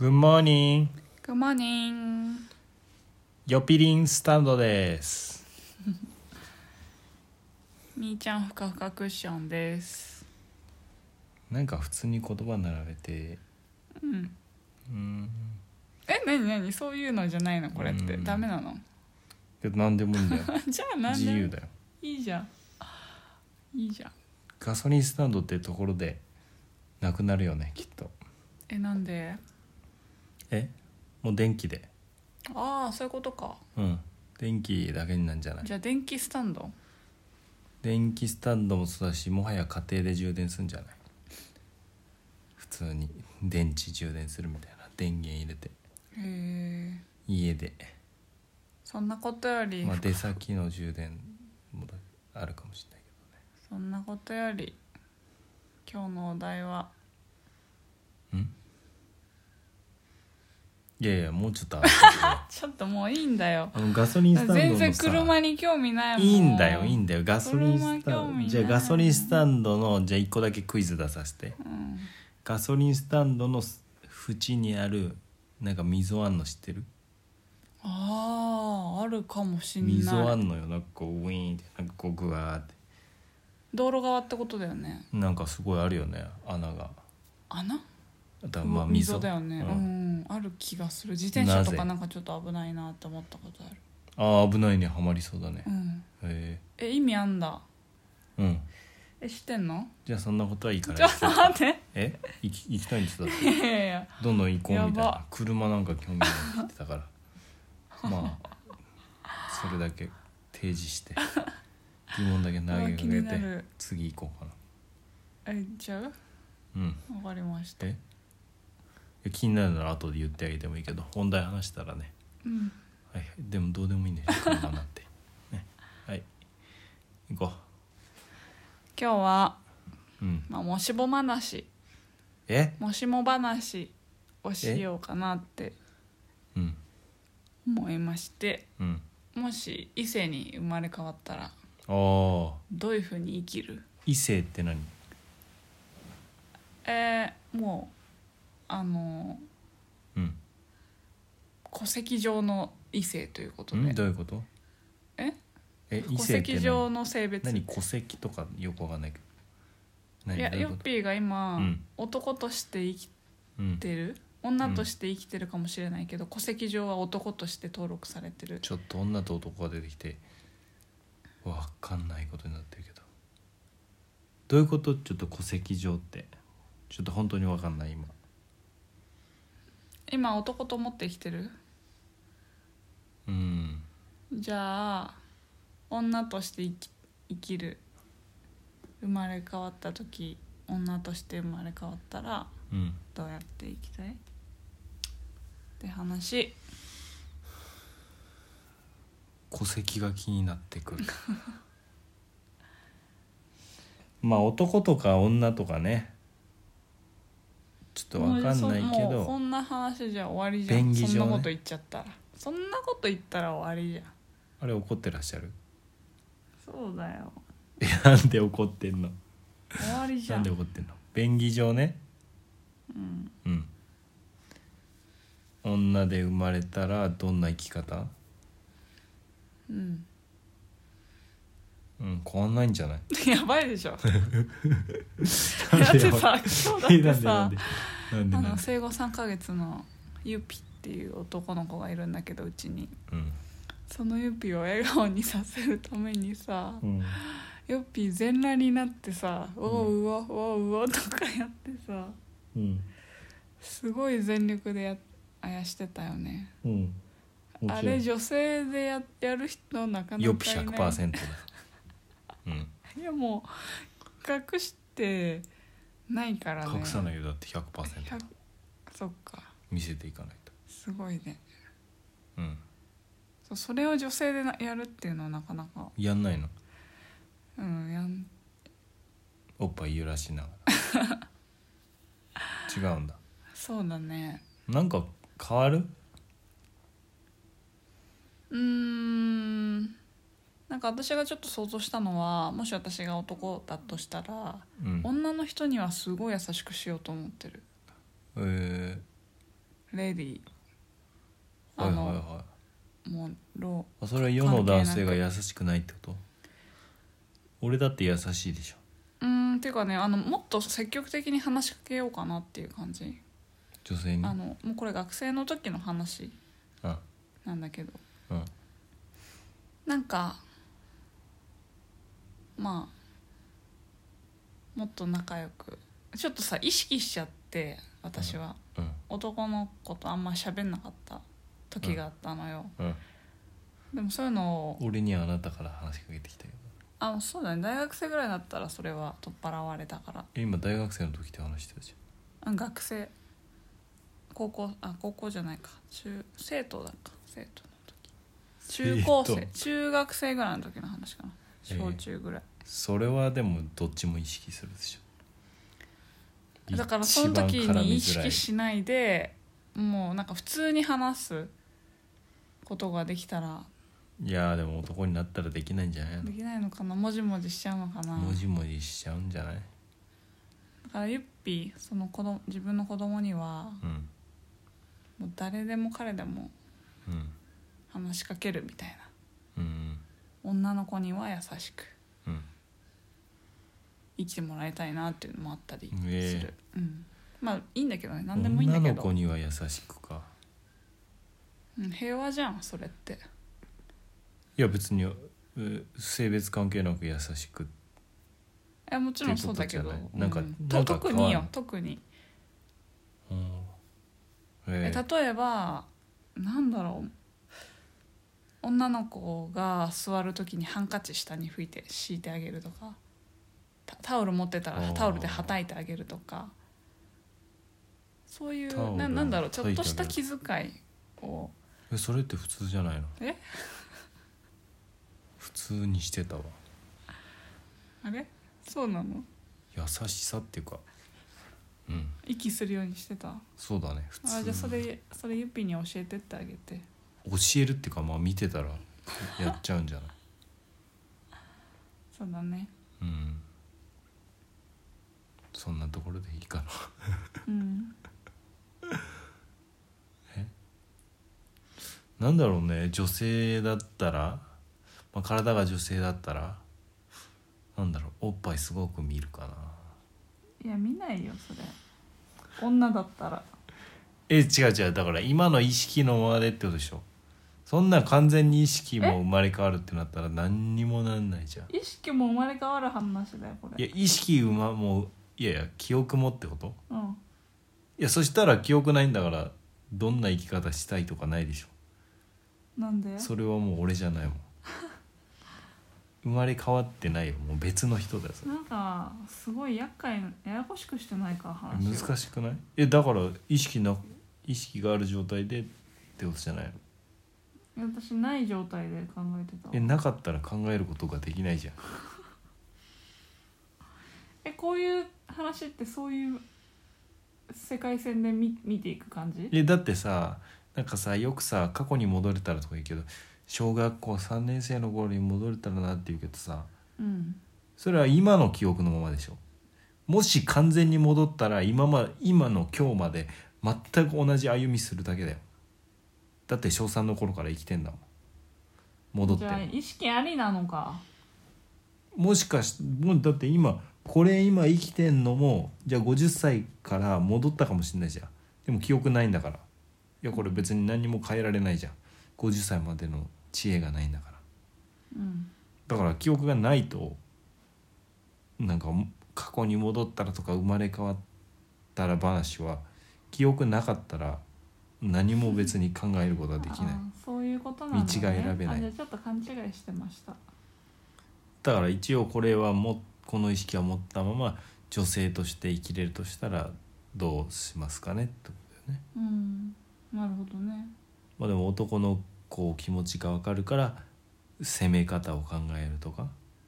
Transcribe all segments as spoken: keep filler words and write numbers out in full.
グッモーニング。 グッモーニング。 ヨピリンスタンドです。 みーちゃんふかふかクッションです。 なんか普通に言葉並べて、 うん。 うーん。 え、なになにそういうのじゃないのこれってダメなの？ なんでもいいんだよ。 じゃあなんで自由だよ。 いいじゃん。いいじゃん。 ガソリンスタンドってところでなくなるよね、きっと。 え、なんで？ え？もう電気で。 ああ、そういうことか。 うん。電気だけになんじゃない？ じゃあ電気スタンド？ 電気スタンドもそうだし、もはや家庭で充電するんじゃない？普通に電池充電するみたいな、電源入れて。 へえ。 家で。 そんなことより、 まあ出先の充電もあるかもしれないけどね。 そんなことより今日のお題はん？いやいや、もうちょっとあちょっともういいんだよ。 あのガソリンスタンドのさ、 全然車に興味ないもん。 いいんだよいいんだよ。ガソリンスタ車興味ない。 ンド、じゃあガソリンスタンドの、じゃあいっこだけクイズ出させて、 うん、 ガソリンスタンドの縁にあるなんか溝あんの知ってる？ ああ、あるかもしんない。 溝あんのよ。なんかこうウィーンってなんかこうグワーって道路側ってことだよね。 なんかすごいあるよね、穴が。 穴？ だからまあ溝溝だよね、 ううんん、ある気がする。自転車とかなんかちょっと危ないなって思ったことある。 ああ、危ないね、ハマりそうだね。 うん、 へえ、意味あんだ。 え。うんえ、知ってんの？ じゃあそんなことはいいから。 ちょっと待って。 え行き行きたいんですだっいやいやいや、 てどんどん行こうみたいなやば。 車なんか興味ないって言ってたからまあそれだけ提示して疑問だけ投げか気にけてなる。 次行こうかな。 え、行っちゃう？ うん。 わかりました。 えいや気になるなら後で言ってあげてもいいけど、本題話したらね、 うん、 はい、でもどうでもいいんだよ車なんてね。はい行こ今日は、 う。うんまあ、もしも話えもしも話をしようかなってうん思いまして、 うんもし異性に生まれ変わったらああどういうふうに生きる？ 異性って何？ えー、もうあのうん戸籍上の異性ということで。 んどういうこと？ ええ異戸性って何？ 籍上の性別。 何戸籍とかよくわかんないけど。何いや、 どういうこと？ ヨッピーが今、 うん男として生きうんてる、女として生きてるかもしれないけど、戸籍上は男として登録されてる。 ちょっと女と男が出てきてわかんないことになってるけど、どういうこと？ちょっと戸籍上ってちょっと本当にわかんない今。 今男と思って生きてる？ うんじゃあ女として生き、生きる生まれ変わった時、女として生まれ変わったらうんどうやって生きたいって話。 戸籍が気になってくるまあ男とか女とかね、ちょっとわかんないけもうど、 こんな話じゃ終わりじゃん、 便宜上ねそんなこと言っちゃったらそんなこと言ったら終わりじゃん。 あれ怒ってらっしゃる？ そうだよ、 えなんで怒ってんの？ 終わりじなゃん。 んで怒ってんの？便宜上ね。 うんうん女で生まれたらどんな生き方？ うんうん変わんないんじゃない？ やばいでしょだなんでってさ、今日だってさ、 なんでなんであのなんで生後さんかげつのユピっていう男の子がいるんだけど、うちに。 うんそのユピを笑顔にさせるためにさ、 うんユピ全裸になってさ、うおうおうおうおとかやってさ、 うんすごい全力でやあやしてたよね。 うんあれ女性で や, やる人なかなかいない。 よっぴ ひゃくパーセント だうんいやもう隠してないからね。 隠さないよ、だって ひゃくパーセントひゃくそっか、 見せていかないと。 すごいね。 うんそう、それを女性でなやるっていうのはなかなか、 やんないの？ うんやんおっぱい揺らしながら違うんだ。 そうだね。 なんか変わる？ うーんなんか私がちょっと想像したのは、もし私が男だとしたら、 うん女の人にはすごい優しくしようと思ってる。 えレディーはいはいあの、 はもうロい。それは世の男性が優しくないってこと？俺だって優しいでしょ。 うーんっていうかねあのもっと積極的に話しかけようかなっていう感じ。 女性に。 あのもうこれ学生の時の話うんなんだけど、 うんなんかまあもっと仲良くちょっとさ意識しちゃって私は、 うん男の子とあんま喋んなかった時があったのよ、 うん。 でもそういうのを俺にはあなたから話しかけてきたけど。 あそうだね大学生ぐらいだったらそれは取っ払われたからえ今大学生の時って話してたじあ学生高校あ高校じゃないか中生徒だか生徒の時中高生生中学生ぐらいの時の話かなええ小中ぐらい、 ゃん。それはでもどっちも意識するでしょ。 だからその時一番絡みづらいに意識しないでもうなんか普通に話すことができたらいやーでも男になったらできないんじゃないので。きないのかなもじもじしちゃうのかなもじもじしちゃうんじゃない？ だからゆっぴその子供自分の子供にはうんもう誰でも彼でもうん話しかけるみたいなうん女の子には優しくうん生きてもらいたいなっていうのもあったりする、 えうん、まあいいんだけどね何でもいいんだけ女のど子には優しくか。 うん、平和じゃんそれっていや別にう性別関係なく優しく。 いやもちろんそうだけどっていうことじゃないなんかうんなんかと特によ変わんの特にうんえええ例えばなんだろう女の子が座る時にハンカチ下に拭いて敷いてあげるとかタタオル持ってたあーらタオルではたいてあげるとかそういタオルうななんだろうちょっとはたいてあげるした気遣いをえそれって普通じゃないの？ え普通にしてたわ。 あれそうなの優しさっていうかうん息するようにしてたそうだね普通。 あじゃあそれそれゆっぴに教えてってあげて教えるっていうかまあ見てたらやっちゃうんじゃない？ そうだねうんそんなところでいいかなうんなんだろうね女性だったら、まあ、体が女性だったらなんだろうおっぱいすごく見るかな。 いや見ないよそれ女だったらえ違う違うだから今の意識のままでってことでしょ。そんな完全に意識も生まれ変わるってなったら何にもなんないじゃん。 意識も生まれ変わる話だよこれいや意識生まもういやいや記憶もってこと？ うんいやそしたら記憶ないんだからどんな生き方したいとかないでしょ。 なんでそれはもう俺じゃないもん生まれ変わってないよもう別の人だよそれ。 なんかすごい厄介なややこしくしてないか話を難しくない？えだから意識な意識がある状態でってことじゃないの？ いや私ない状態で考えてたわえなかったら考えることができないじゃん。 えこういう話ってそういう世界線で見見ていく感じ？ えだってさなんかさよくさ過去に戻れたらとか言うけど小学校さんねん生の頃に戻れたらなって言うけどさうんそれは今の記憶のままでしょ。もし完全に戻ったら今ま今の今日まで全く同じ歩みするだけだよ。だって小さんの頃から生きてんだもん戻ってじゃあ意識ありなのか。 もしかしもうだって今これ今生きてんのもじゃあごじゅっさいから戻ったかもしれないじゃん。でも記憶ないんだからいやこれ別に何も変えられないじゃん。ごじゅっさいまでの知恵がないんだから。 うんだから記憶がないとなんか過去に戻ったらとか生まれ変わったら話は記憶なかったら何も別に考えることはできない。 あそういうことなんだ、ね、 道が選べないあじゃあちょっと勘違いしてました。 だから一応これはもこの意識は持ったまま女性として生きれるとしたらどうしますかねってことだよね。 うんなるほどね。 まあでも男のこう気持ちが分かるから攻め方を考えるとか。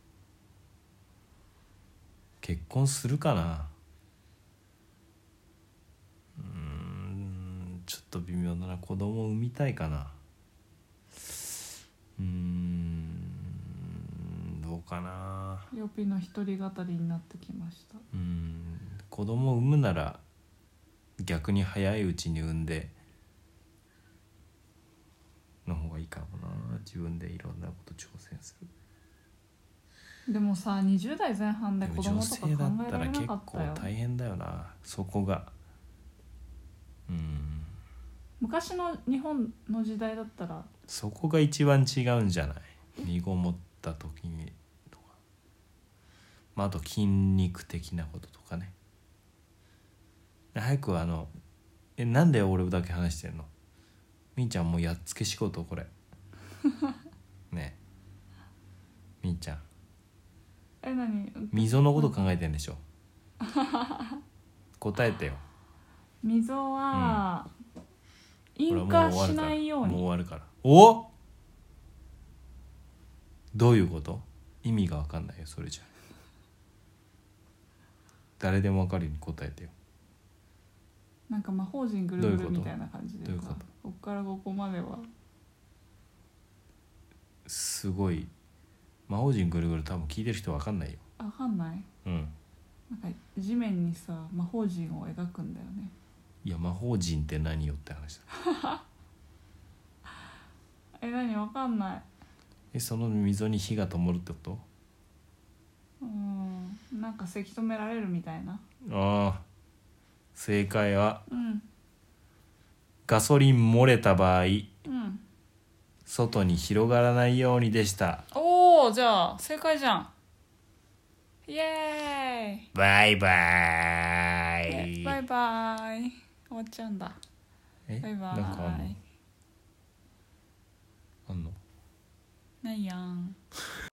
結婚するかな。うーんちょっと微妙だな。子供を産みたいかな。うーんどうかな。 ヨピの一人語りになってきました。 うーん子供を産むなら逆に早いうちに産んでの方がいいかもな。自分でいろんなこと挑戦する。 でもさにじゅう代前半ででも子供とか考女性だっえられなたら結構かったよ。 大変だよな、そこが。うん昔の日本の時代だったらそこが一番違うんじゃない。身ごもった時にとか、まあ、あと筋肉的なこととかね。早くあのえなんで俺だけ話してんの。みーちゃんもうやっつけ仕事これねえみーちゃんえ何溝のこと考えてんでしょ答えてよ。 溝は、 これ引火しはもう終わるからないように。 もう終わるから。おどういうこと。意味が分かんないよそれじゃ。誰でも分かるように答えてよ。 なんか魔法陣ぐるぐどういうことるみたいな感じでさ、 どういうこと。 こっからここまではすごい魔法陣ぐるぐる多分聞いてる人分かんないよ。 わかんない。 うんなんか地面にさ魔法陣を描くんだよね。 いや魔法陣って何よって話だえ何わかんない。 えその溝に火が灯るってこと。 うんなんかせき止められるみたいな。 ああ正解はうんガソリン漏れた場合うん外に広がらないようにでした。 おおじゃあ正解じゃん。イエーイ。 バイバイ。 えバイバイ。終わっちゃうんだ。 えバイバなんかあんのイ。 あんのないやん。